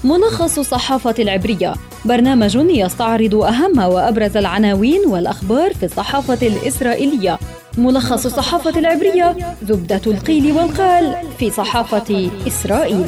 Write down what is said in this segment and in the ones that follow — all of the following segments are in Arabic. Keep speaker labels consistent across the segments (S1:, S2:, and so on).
S1: ملخص الصحافة العبرية، برنامج يستعرض أهم وأبرز العناوين والأخبار في الصحافة الإسرائيلية. ملخص الصحافة العبرية، زبدة القيل والقال في صحافة إسرائيل.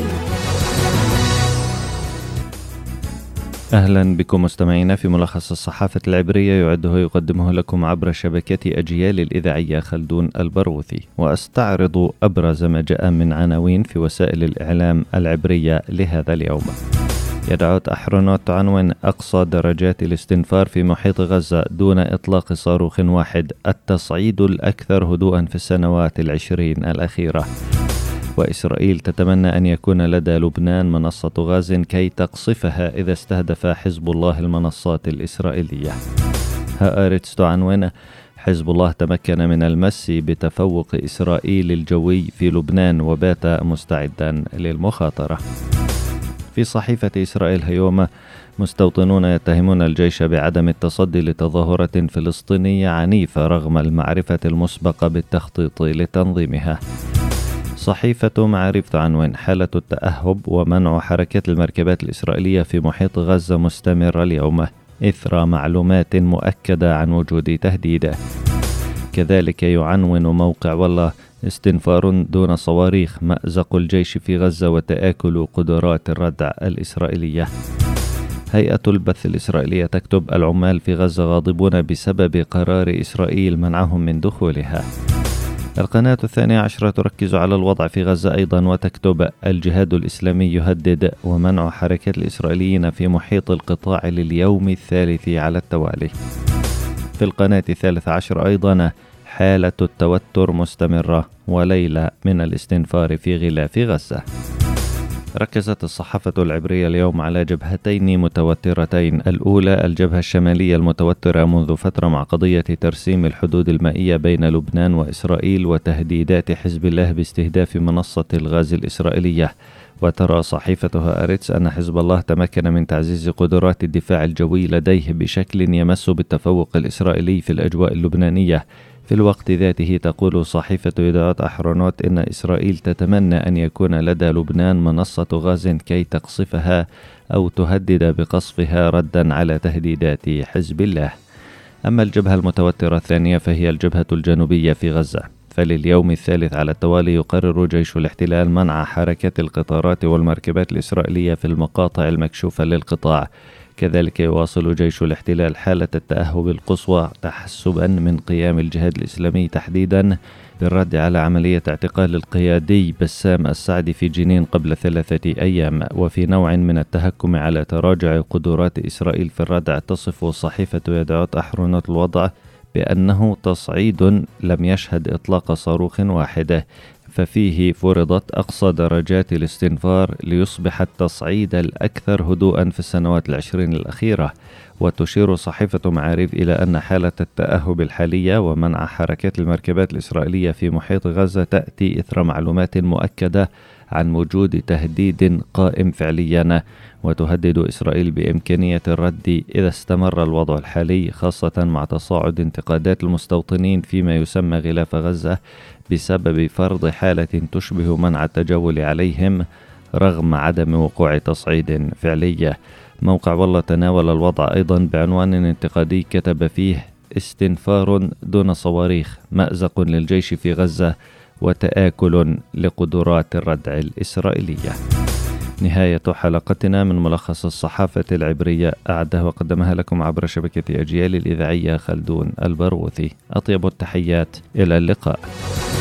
S2: أهلا بكم مستمعينا في ملخص الصحافة العبرية، يعده ويقدمه لكم عبر شبكة أجيال الإذاعية خلدون البرغوثي، وأستعرض أبرز ما جاء من عناوين في وسائل الإعلام العبرية لهذا اليوم. يدعوت أحرونوت تعنون أقصى درجات الاستنفار في محيط غزة دون إطلاق صاروخ واحد، التصعيد الأكثر هدوءا في السنوات 20 الأخيرة. وإسرائيل تتمنى أن يكون لدى لبنان منصة غاز كي تقصفها إذا استهدف حزب الله المنصات الإسرائيلية. هآرتس تعنون حزب الله تمكن من المس بتفوق إسرائيل الجوي في لبنان وبات مستعدا للمخاطرة. في صحيفة إسرائيل هيوم، مستوطنون يتهمون الجيش بعدم التصدي لتظاهرة فلسطينية عنيفة رغم المعرفة المسبقة بالتخطيط لتنظيمها. صحيفة معارف تعنون حالة التأهب ومنع حركة المركبات الإسرائيلية في محيط غزة مستمرة اليوم إثر معلومات مؤكدة عن وجود تهديد. كذلك يعنون موقع والله استنفار دون صواريخ، مأزق الجيش في غزة وتآكل قدرات الردع الإسرائيلية. هيئة البث الإسرائيلية تكتب العمال في غزة غاضبون بسبب قرار إسرائيل منعهم من دخولها. القناة 12 تركز على الوضع في غزة أيضا وتكتب الجهاد الإسلامي يهدد ومنع حركة الإسرائيليين في محيط القطاع لليوم الثالث على التوالي. في القناة 13 أيضا حالة التوتر مستمرة وليلة من الاستنفار في غلاف غزة. ركزت الصحافة العبرية اليوم على جبهتين متوترتين، الأولى الجبهة الشمالية المتوترة منذ فترة مع قضية ترسيم الحدود المائية بين لبنان وإسرائيل وتهديدات حزب الله باستهداف منصة الغاز الإسرائيلية. وترى صحيفة هآرتس أن حزب الله تمكن من تعزيز قدرات الدفاع الجوي لديه بشكل يمس بالتفوق الإسرائيلي في الأجواء اللبنانية. في الوقت ذاته تقول صحيفة يدعوت أحرونوت إن إسرائيل تتمنى أن يكون لدى لبنان منصة غاز كي تقصفها أو تهدد بقصفها ردا على تهديدات حزب الله. أما الجبهة المتوترة الثانية فهي الجبهة الجنوبية في غزة، فلليوم الثالث على التوالي يقرر جيش الاحتلال منع حركة القطارات والمركبات الإسرائيلية في المقاطع المكشوفة للقطاع. كذلك يواصل جيش الاحتلال حالة التأهب القصوى تحسبا من قيام الجهاد الإسلامي تحديدا بالرد على عملية اعتقال القيادي بسام السعدي في جنين قبل 3 أيام. وفي نوع من التهكم على تراجع قدرات إسرائيل في الردع، تصف صحيفة يدعوت أحرونوت الوضع بأنه تصعيد لم يشهد إطلاق صاروخ واحد، ففيه فرضت أقصى درجات الاستنفار ليصبح التصعيد الأكثر هدوءا في السنوات 20 الأخيرة. وتشير صحيفة معارف إلى أن حالة التأهب الحالية ومنع حركات المركبات الإسرائيلية في محيط غزة تأتي إثر معلومات مؤكدة عن وجود تهديد قائم فعليا، وتهدد إسرائيل بإمكانية الرد إذا استمر الوضع الحالي، خاصة مع تصاعد انتقادات المستوطنين فيما يسمى غلاف غزة بسبب فرض حالة تشبه منع التجول عليهم رغم عدم وقوع تصعيد فعلي. موقع والله تناول الوضع أيضا بعنوان انتقادي كتب فيه استنفار دون صواريخ، مأزق للجيش في غزة وتآكل لقدرات الردع الإسرائيلية. نهاية حلقتنا من ملخص الصحافة العبرية، أعدها وقدمها لكم عبر شبكة أجيال الإذاعية خلدون البرغوثي. أطيب التحيات، إلى اللقاء.